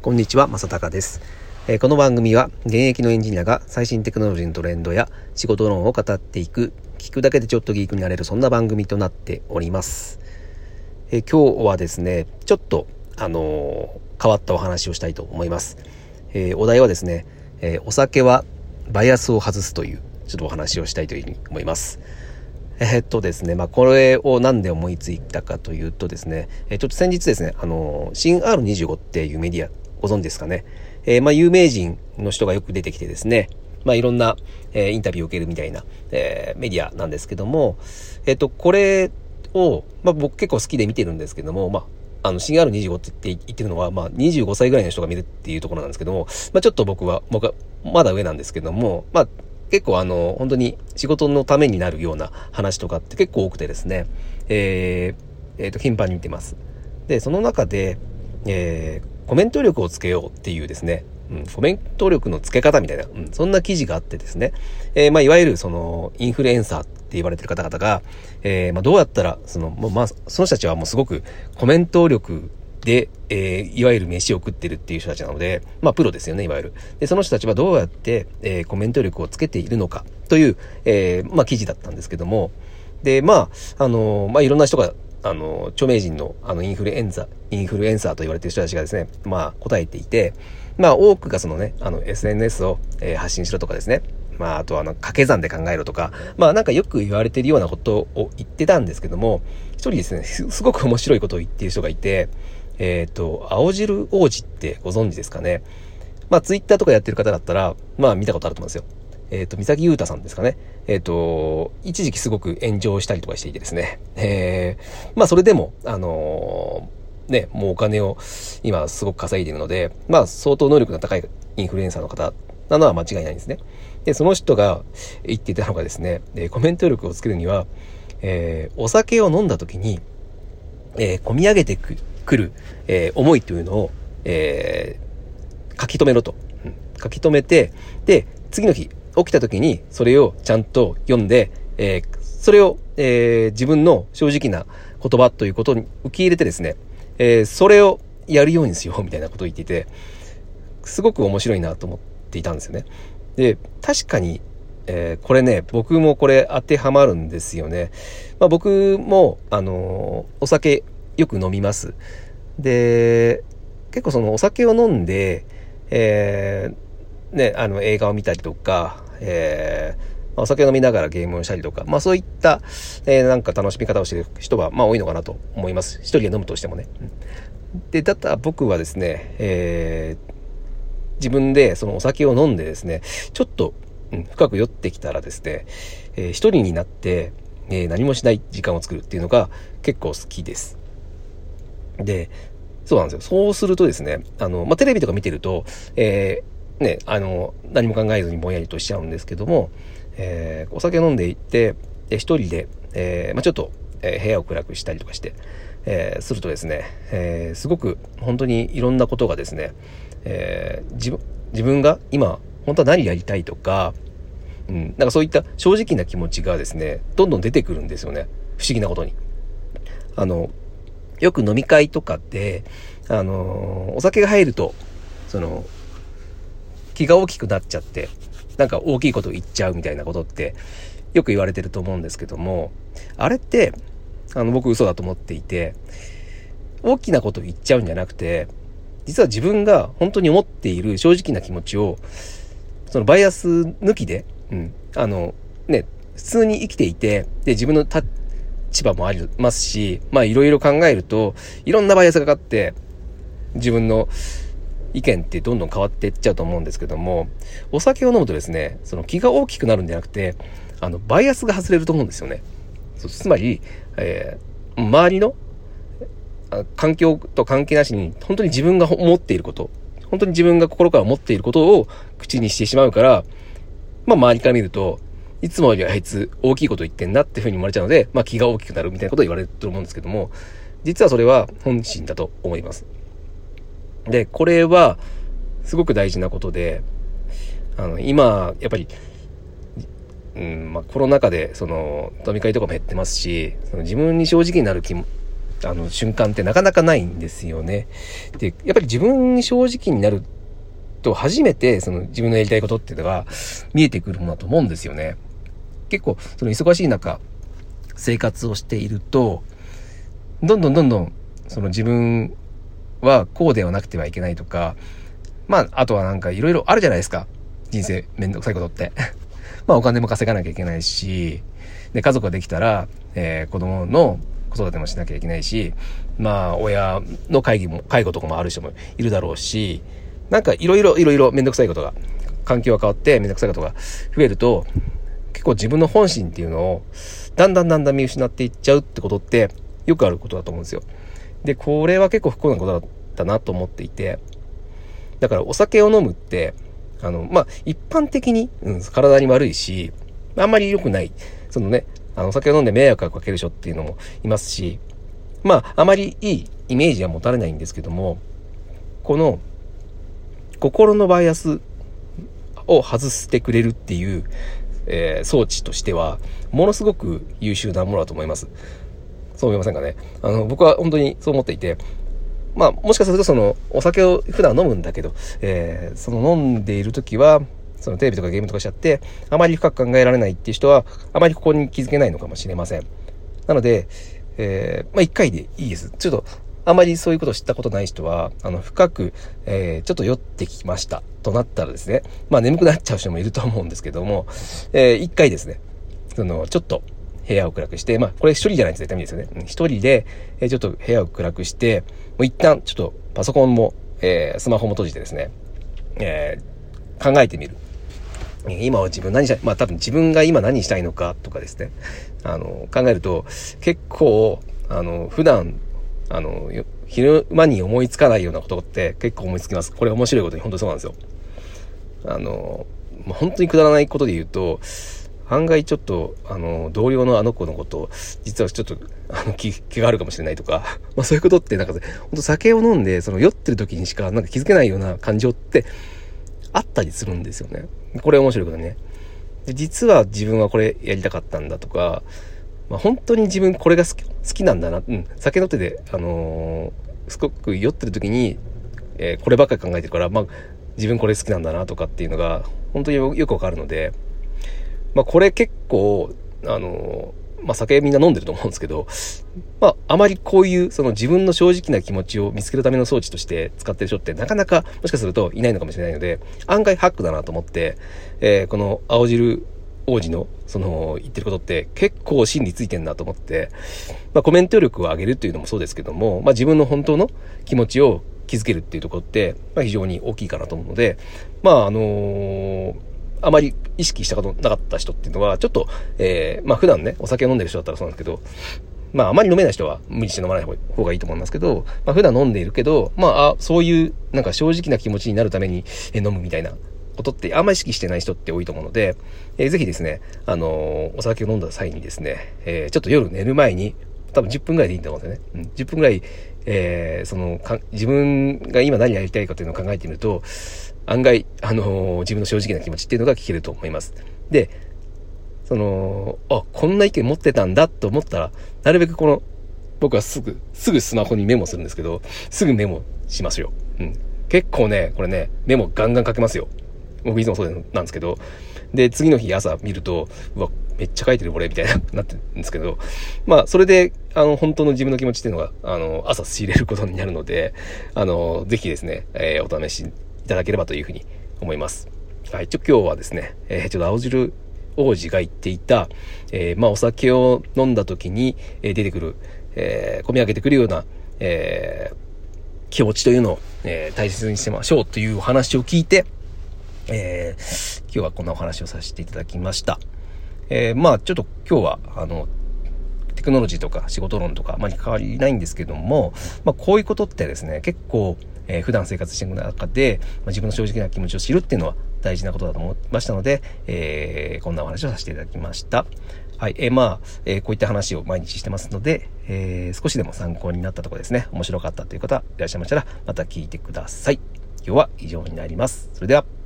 こんにちは、正隆です。この番組は現役のエンジニアが最新テクノロジーのトレンドや仕事論を語っていく、聞くだけでちょっとギークになれる、そんな番組となっております。今日はですね、ちょっと変わったお話をしたいと思います。お題はですね、お酒はバイアスを外すというちょっとお話をしたいというふうに思います。ですね、これをなんで思いついたかというとですね、ちょっと先日ですね、新 R25 っていうメディアご存知ですかね。有名人の人がよく出てきてですね、いろんな、インタビューを受けるみたいな、メディアなんですけども、これを、僕結構好きで見てるんですけども、新 R25 って言ってるのは、25歳ぐらいの人が見るっていうところなんですけども、ちょっと僕はまだ上なんですけども、結構本当に仕事のためになるような話とかって結構多くてですね、頻繁に見てます。で、その中で、コメント力をつけようっていうですね、コメント力のつけ方みたいな、そんな記事があってですね、いわゆるそのインフルエンサーって言われてる方々が、どうやったらその人たちはもうすごくコメント力で、いわゆる飯を食ってるっていう人たちなので、プロですよね、いわゆる。で、その人たちはどうやって、コメント力をつけているのかという、記事だったんですけども、で、いろんな人が著名人のインフルエンサーと言われている人たちがですね、答えていて、多くがそのね、SNS を、発信しろとかですね、あとは掛け算で考えろとか、なんかよく言われているようなことを言ってたんですけども、一人ですね、すごく面白いことを言っている人がいて、青汁王子ってご存知ですかね。ツイッターとかやってる方だったら、見たことあると思うんですよ。三崎優太さんですかね。一時期すごく炎上したりとかしていてですね。それでも、もうお金を今すごく稼いでいるので、相当能力の高いインフルエンサーの方なのは間違いないんですね。で、その人が言っていたのがですね、コメント力をつけるには、お酒を飲んだ時に、込み上げてくる、思いというのを、書き留めろと。書き留めて、で、次の日、起きた時にそれをちゃんと読んで、それを、自分の正直な言葉ということに受け入れてですね、それをやるようにしようみたいなことを言っていて、すごく面白いなと思っていたんですよね。で、確かに、これね、僕もこれ当てはまるんですよね。僕も、お酒よく飲みます。で、結構そのお酒を飲んで、映画を見たりとか、お酒を飲みながらゲームをしたりとか、そういった、なんか楽しみ方をしている人は、多いのかなと思います。一人で飲むとしてもね。で、だったら僕はですね、自分でそのお酒を飲んでですね、ちょっと、深く酔ってきたらですね、一人になって、何もしない時間を作るっていうのが結構好きです。で、そうなんですよ。そうするとですね、テレビとか見てると、何も考えずにぼんやりとしちゃうんですけども、お酒飲んでいって、一人で、ちょっと、部屋を暗くしたりとかして、するとですね、すごく本当にいろんなことがですね、自分が今本当は何やりたいとか、なんかそういった正直な気持ちがですね、どんどん出てくるんですよね。不思議なことに。よく飲み会とかって、お酒が入ると、気が大きくなっちゃって、なんか大きいことを言っちゃうみたいなことって、よく言われてると思うんですけども、あれって、僕嘘だと思っていて、大きなことを言っちゃうんじゃなくて、実は自分が本当に思っている正直な気持ちを、そのバイアス抜きで、普通に生きていて、で、自分の立場もありますし、いろいろ考えると、いろんなバイアスがかかって、自分の意見ってどんどん変わっていっちゃうと思うんですけども、お酒を飲むとですね、その気が大きくなるんじゃなくて、バイアスが外れると思うんですよね。つまり、周りの環境と関係なしに、本当に自分が思っていること、本当に自分が心から思っていることを口にしてしまうから、周りから見ると、いつもよりあいつ大きいこと言ってんなっていうふうに思われちゃうので、気が大きくなるみたいなことを言われると思うんですけども、実はそれは本心だと思います。で、これはすごく大事なことで、今、やっぱり、コロナ禍で、飲み会とかも減ってますし、自分に正直になる瞬間ってなかなかないんですよね。で、やっぱり自分に正直になると初めてその自分のやりたいことっていうのが見えてくるものだと思うんですよね。結構その忙しい中生活をしているとどんどんその自分はこうではなくてはいけないとか、あとはなんかいろいろあるじゃないですか。人生めんどくさいことってお金も稼がなきゃいけないし、で家族ができたら、子供の子育てもしなきゃいけないし、親の介護とかもある人もいるだろうし、なんかいろいろめんどくさいことが、環境が変わってめんどくさいことが増えると、結構自分の本心っていうのをだんだん見失っていっちゃうってことってよくあることだと思うんですよ。で、これは結構不幸なことだったなと思っていて、だからお酒を飲むって一般的に、体に悪いし、あんまり良くない。お酒を飲んで迷惑をかける人っていうのもいますし、あまりいいイメージは持たれないんですけども、この心のバイアスを外してくれるっていう、装置としては、ものすごく優秀なものだと思います。そう思いませんかね。僕は本当にそう思っていて、もしかするとお酒を普段飲むんだけど、飲んでいる時はテレビとかゲームとかしちゃってあまり深く考えられないっていう人はあまりここに気づけないのかもしれません。なので、1回でいいです。ちょっとあまりそういうことを知ったことない人は深く、ちょっと酔ってきましたとなったらですね、眠くなっちゃう人もいると思うんですけども、1回ですね、ちょっと部屋を暗くして、これ一人じゃないと絶対無理ですよね。一人で、ちょっと部屋を暗くして、もう一旦ちょっとパソコンも、スマホも閉じてですね、考えてみる。今は自分何したい、多分自分が今何したいのかとかですね、考えると結構、普段、昼間に思いつかないようなことって結構思いつきます。これ面白いことに本当にそうなんですよ。本当にくだらないことで言うと、案外ちょっと同僚のあの子のこと実はちょっと気があるかもしれないとか、そういうことって本当酒を飲んで酔ってる時にしか気づけないような感情ってあったりするんですよね。これ面白いことね。で、実は自分はこれやりたかったんだとか、本当に自分これが好きなんだな、酒飲ってですごく酔ってる時に、こればっかり考えてるから、自分これ好きなんだなとかっていうのが本当によくわかるので、これ結構酒みんな飲んでると思うんですけど、あまりこういう自分の正直な気持ちを見つけるための装置として使ってる人ってなかなかもしかするといないのかもしれないので、案外ハックだなと思って、この青汁王子の言ってることって結構真理ついてんなと思って、コメント力を上げるっていうのもそうですけども、自分の本当の気持ちを気づけるっていうところって、非常に大きいかなと思うので、あまり意識したことなかった人っていうのはちょっと、普段ねお酒飲んでる人だったらそうなんですけど、あまり飲めない人は無理して飲まない方がいいと思いますけど、普段飲んでいるけど、そういう正直な気持ちになるために飲むみたいなことってあんまり意識してない人って多いと思うので、ぜひですね、お酒を飲んだ際にですね、ちょっと夜寝る前に多分10分ぐらいでいいと思うんですよね。10分ぐらい、自分が今何やりたいかというのを考えてみると、案外、自分の正直な気持ちっていうのが聞けると思います。で、こんな意見持ってたんだと思ったら、なるべく僕はすぐスマホにメモするんですけど、すぐメモしますよ。結構ね、これね、メモガンガン書けますよ。僕いつもそうなんですけど、で、次の日朝見ると、めっちゃ書いてるこれみたいななってるんですけど、それで本当の自分の気持ちっていうのが朝仕入れることになるので、ぜひですね、お試しいただければというふうに思います。はい、今日はですね、ちょっと青汁王子が言っていた、お酒を飲んだ時に出てくる、込み上げてくるような、気持ちというのを、大切にしてましょうというお話を聞いて、今日はこんなお話をさせていただきました。ちょっと今日はテクノロジーとか仕事論とかあまり変わりないんですけども、こういうことってですね、結構、普段生活していく中で、自分の正直な気持ちを知るっていうのは大事なことだと思いましたので、こんなお話をさせていただきました。はい、こういった話を毎日してますので、少しでも参考になったところですね、面白かったという方いらっしゃいましたらまた聞いてください。今日は以上になります。それでは。